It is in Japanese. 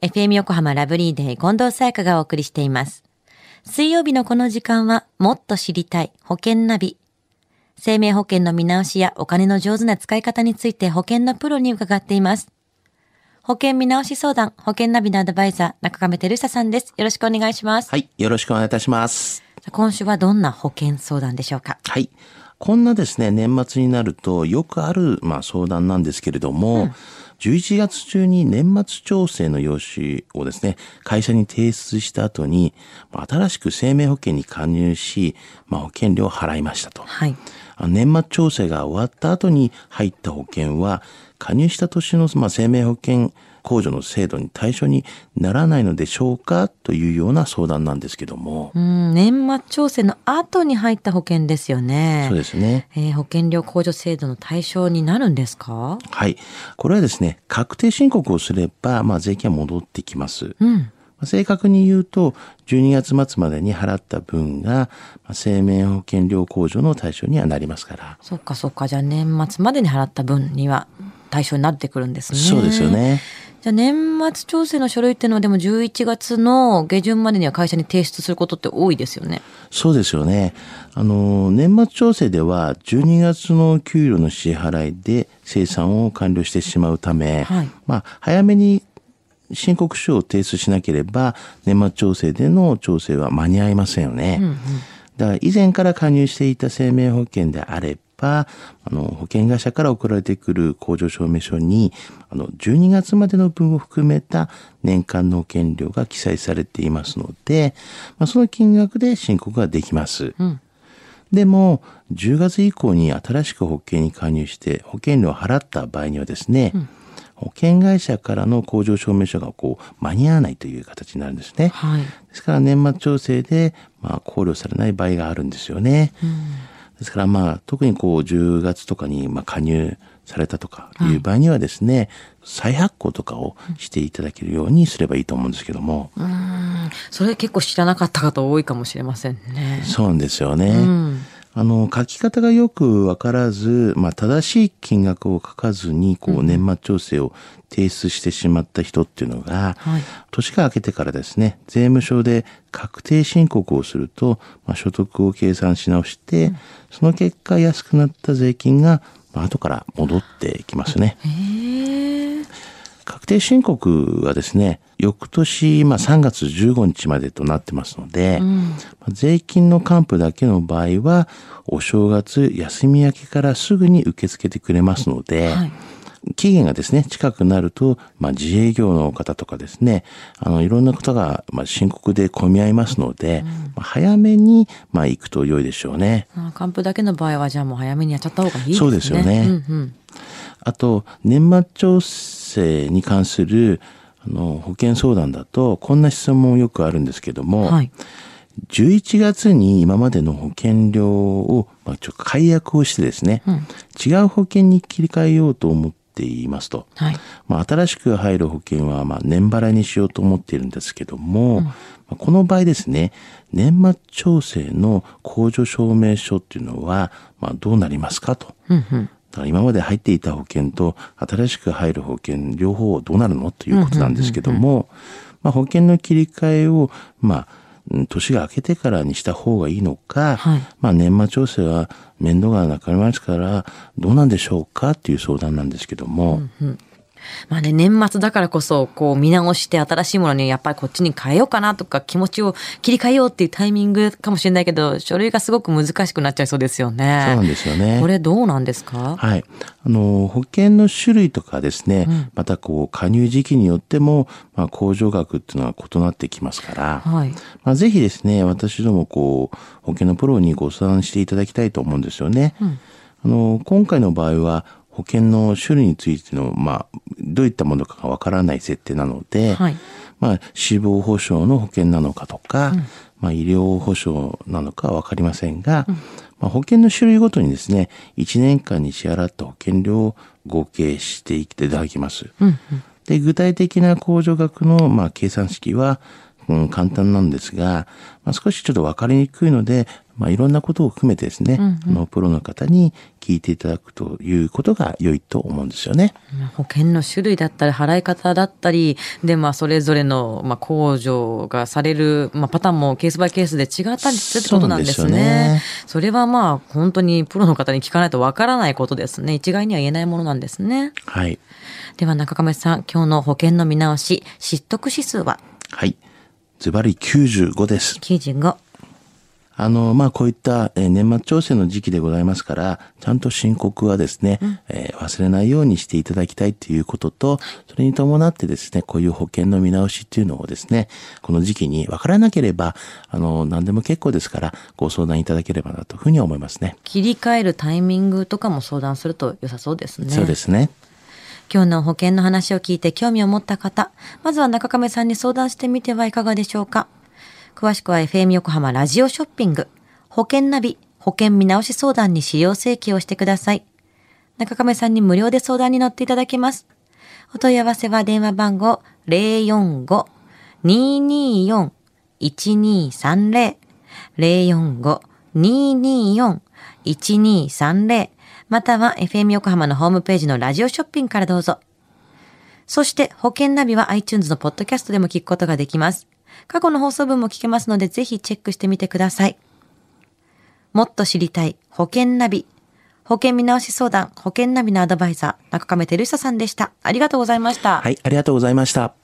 FM 横浜ラブリーデー近藤沙耶香がお送りしています。水曜日のこの時間はもっと知りたい保険ナビ。生命保険の見直しやお金の上手な使い方について保険のプロに伺っています。保険見直し相談、保険ナビのアドバイザー、中亀照久さんです。よろしくお願いします。 はい、よろしくお願いいたします。 今週はどんな保険相談でしょうか？ はい。こんなですね、年末になるとよくある、相談なんですけれども、11月中に年末調整の用紙をですね、会社に提出した後に、新しく生命保険に加入し、保険料を払いましたと。 はい。 年末調整が終わった後に入った保険は、加入した年の生命保険控除の制度に対象にならないのでしょうかというような相談なんですけども。 年末調整の後に入った保険ですよね。 そうですね。 保険料控除制度の対象になるんですか？ はい。これはですね、確定申告をすれば、税金は戻ってきます。正確に言うと、12月末までに払った分が、生命保険料控除の対象にはなりますから。 そっか。じゃあ年末までに払った分には対象になってくるんですね。 そうですよね。 じゃあ年末調整の書類っていうのはでも11月の下旬までには会社に提出することって多いですよね。 そうですよね。年末調整では12月の給料の支払いで精算を完了してしまうため、早めに申告書を提出しなければ年末調整での調整は間に合いませんよね。だから以前から加入していた生命保険であれば、保険会社から送られてくる控除証明書に12月までの分を含めた年間の保険料が記載されていますので、その金額で申告ができます。でも10月以降に新しく保険に加入して保険料を払った場合にはですね、保険会社からの控除証明書が間に合わないという形になるんですね。ですから年末調整で考慮されない場合があるんですよね。ですから特に10月とかに加入されたとかいう場合にはですね、再発行とかをしていただけるようにすればいいと思うんですけども。 それ結構知らなかった方多いかもしれませんね。 そうなんですよね。書き方がよくわからず、正しい金額を書かずに、年末調整を提出してしまった人っていうのが、年が明けてからですね、税務署で確定申告をすると、所得を計算し直して、その結果安くなった税金が、後から戻ってきますね。確定申告はですね、翌年3月15日までとなってますので、税金の還付だけの場合はお正月休み明けからすぐに受け付けてくれますので、期限がですね近くなると、自営業の方とかですね、いろんな方が申告で混み合いますので、早めに行くと良いでしょうね。 還付だけの場合はじゃあもう早めにやっちゃった方がいいですね。 そうですよね。あと年末調整に関する保険相談だとこんな質問もよくあるんですけども、11月に今までの保険料をちょっと解約をしてですね、違う保険に切り替えようと思っていますと、新しく入る保険は年払いにしようと思っているんですけども、この場合ですね、年末調整の控除証明書っていうのはどうなりますかと。だから今まで入っていた保険と新しく入る保険両方どうなるのということなんですけども、保険の切り替えを年が明けてからにした方がいいのか、年末調整は面倒がなくなりますからどうなんでしょうかっていう相談なんですけども、 年末だからこそ見直して新しいものにやっぱりこっちに変えようかなとか気持ちを切り替えようっていうタイミングかもしれないけど、書類がすごく難しくなっちゃいそうですよね。 そうなんですよね。 これどうなんですか？ 保険の種類とかですね、また加入時期によっても控除額っていうのは異なってきますから、ぜひですね、私ども保険のプロにご相談していただきたいと思うんですよね。今回の場合は保険の種類についての、どういったものかがわからない設定なので、死亡保障の保険なのかとか、医療保障なのかはわかりませんが、保険の種類ごとにですね、1年間に支払った保険料を合計していただきます。で、具体的な控除額の計算式は、 簡単なんですが、少しちょっと分かりにくいので、いろんなことを含めてですね、プロの方に聞いていただくということが良いと思うんですよね。 保険の種類だったり払い方だったりで、それぞれの控除がされる、パターンもケースバイケースで違ったりするってことなんですね。それは本当にプロの方に聞かないとわからないことですね。一概には言えないものなんですね。 はい。 では中亀さん、今日の保険の見直し失得指数は？ はい。ズバリ95です。 95。 こういった年末調整の時期でございますから、ちゃんと申告はですね、忘れないようにしていただきたいということと、それに伴ってですね、こういう保険の見直しっていうのをですね、この時期に分からなければ、何でも結構ですから、ご相談いただければなというふうに思いますね。 切り替えるタイミングとかも相談すると良さそうですね。 そうですね。 今日の保険の話を聞いて興味を持った方、まずは中亀さんに相談してみてはいかがでしょうか。詳しくは FM 横浜ラジオショッピング保険ナビ保険見直し相談に資料請求をしてください。中亀さんに無料で相談に乗っていただけます。お問い合わせは電話番号 045-224-1230 045-224-1230または FM 横浜のホームページのラジオショッピングからどうぞ。そして保険ナビは iTunes のポッドキャストでも聞くことができます。過去の放送分も聞けますのでぜひチェックしてみてください。もっと知りたい保険ナビ保険見直し相談保険ナビのアドバイザー中亀照久さんでした。ありがとうございました。 はい、ありがとうございました。